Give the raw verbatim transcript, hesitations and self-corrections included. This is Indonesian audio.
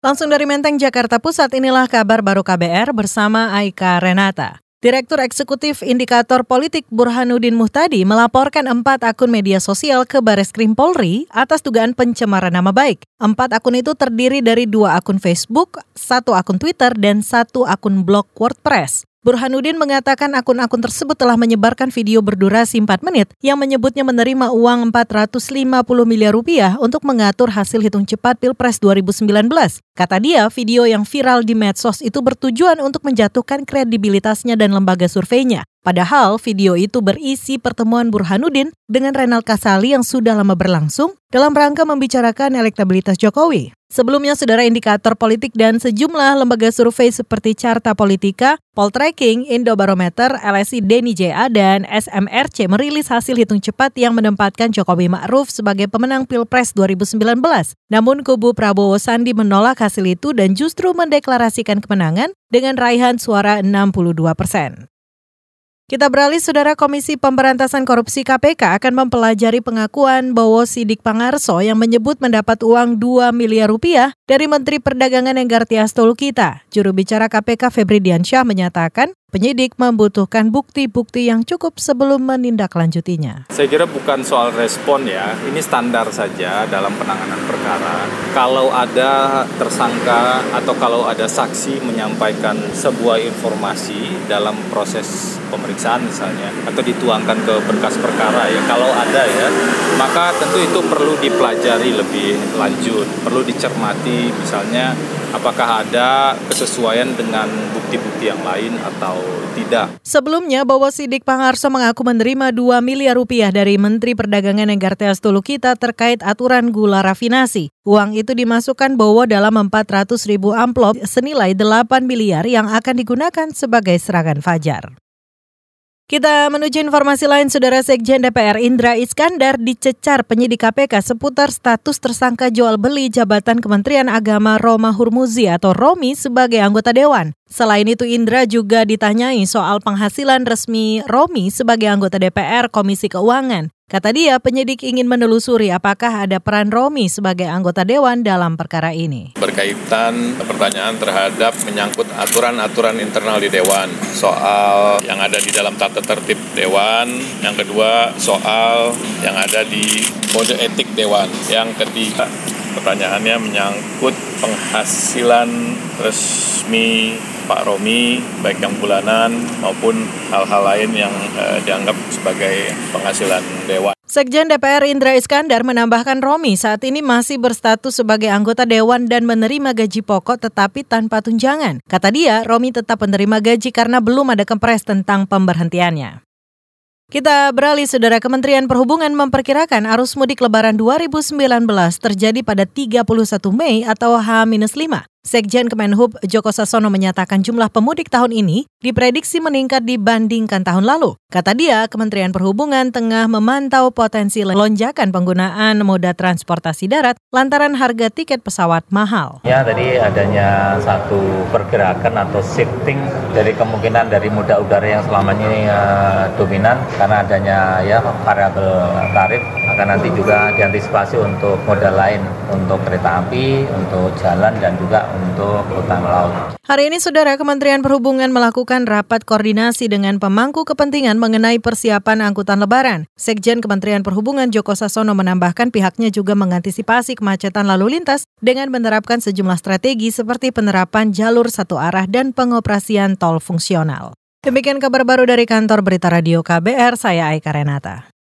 Langsung dari Menteng, Jakarta Pusat, inilah kabar baru K B R bersama Aika Renata. Direktur Eksekutif Indikator Politik Burhanuddin Muhtadi melaporkan empat akun media sosial ke Bareskrim Polri atas dugaan pencemaran nama baik. Empat akun itu terdiri dari dua akun Facebook, satu akun Twitter, dan satu akun blog WordPress. Burhanuddin mengatakan akun-akun tersebut telah menyebarkan video berdurasi empat menit yang menyebutnya menerima uang empat ratus lima puluh miliar rupiah untuk mengatur hasil hitung cepat Pilpres dua ribu sembilan belas. Kata dia, video yang viral di medsos itu bertujuan untuk menjatuhkan kredibilitasnya dan lembaga surveinya. Padahal video itu berisi pertemuan Burhanuddin dengan Renald Kasali yang sudah lama berlangsung dalam rangka membicarakan elektabilitas Jokowi. Sebelumnya, saudara, indikator politik dan sejumlah lembaga survei seperti Carta Politika, Poltreking, Indobarometer, L S I Denny J A, dan S M R C merilis hasil hitung cepat yang menempatkan Jokowi Ma'ruf sebagai pemenang Pilpres dua ribu sembilan belas. Namun kubu Prabowo Sandi menolak hasil itu dan justru mendeklarasikan kemenangan dengan raihan suara enam puluh dua persen. Kita beralih, saudara. Komisi Pemberantasan Korupsi K P K akan mempelajari pengakuan Bowo Sidik Pangarso yang menyebut mendapat uang dua miliar rupiah dari Menteri Perdagangan Enggartia Stolokita. Juru bicara K P K Febri Diansyah menyatakan penyidik membutuhkan bukti-bukti yang cukup sebelum menindaklanjutinya. Saya kira bukan soal respon ya, ini standar saja dalam penanganan perkara. Kalau ada tersangka atau kalau ada saksi menyampaikan sebuah informasi dalam proses pemeriksaan misalnya, atau dituangkan ke berkas perkara ya, kalau ada ya, maka tentu itu perlu dipelajari lebih lanjut, perlu dicermati misalnya apakah ada kesesuaian dengan bukti-bukti yang lain atau tidak. Sebelumnya, Bowo Sidik Pangarso mengaku menerima dua miliar rupiah dari Menteri Perdagangan Enggartia Stolokita terkait aturan gula rafinasi. Uang itu dimasukkan Bowo dalam empat ratus ribu amplop senilai delapan miliar yang akan digunakan sebagai serangan fajar. Kita menuju informasi lain, saudara. Sekjen D P R Indra Iskandar dicecar penyidik K P K seputar status tersangka jual beli jabatan Kementerian Agama Roma Hurmuzi atau Romi sebagai anggota Dewan. Selain itu, Indra juga ditanyai soal penghasilan resmi Romi sebagai anggota D P R Komisi Keuangan. Kata dia, penyidik ingin menelusuri apakah ada peran Romi sebagai anggota Dewan dalam perkara ini. Berkaitan pertanyaan terhadap menyangkut aturan-aturan internal di Dewan, soal yang ada di dalam tata tertib Dewan, yang kedua soal yang ada di kode etik Dewan, yang ketiga pertanyaannya menyangkut penghasilan resmi Pak Romi, baik yang bulanan maupun hal-hal lain yang eh, dianggap sebagai penghasilan Dewan. Sekjen D P R Indra Iskandar menambahkan Romi saat ini masih berstatus sebagai anggota Dewan dan menerima gaji pokok tetapi tanpa tunjangan. Kata dia, Romi tetap menerima gaji karena belum ada kepres tentang pemberhentiannya. Kita beralih, saudara. Kementerian Perhubungan memperkirakan arus mudik Lebaran dua ribu sembilan belas terjadi pada tiga puluh satu Mei atau H minus lima. Sekjen Kemenhub Joko Sasono menyatakan jumlah pemudik tahun ini diprediksi meningkat dibandingkan tahun lalu. Kata dia, Kementerian Perhubungan tengah memantau potensi lonjakan penggunaan moda transportasi darat lantaran harga tiket pesawat mahal. Ya, tadi adanya satu pergerakan atau shifting dari kemungkinan dari moda udara yang selama ini uh, dominan karena adanya ya variabel tarif akan nanti juga diantisipasi untuk moda lain, untuk kereta api, untuk jalan dan juga untuk hutan laut. Hari ini, saudara, Kementerian Perhubungan melakukan rapat koordinasi dengan pemangku kepentingan mengenai persiapan angkutan Lebaran. Sekjen Kementerian Perhubungan Joko Sasono menambahkan pihaknya juga mengantisipasi kemacetan lalu lintas dengan menerapkan sejumlah strategi seperti penerapan jalur satu arah dan pengoperasian tol fungsional. Demikian kabar baru dari kantor Berita Radio K B R, saya Aika Renata.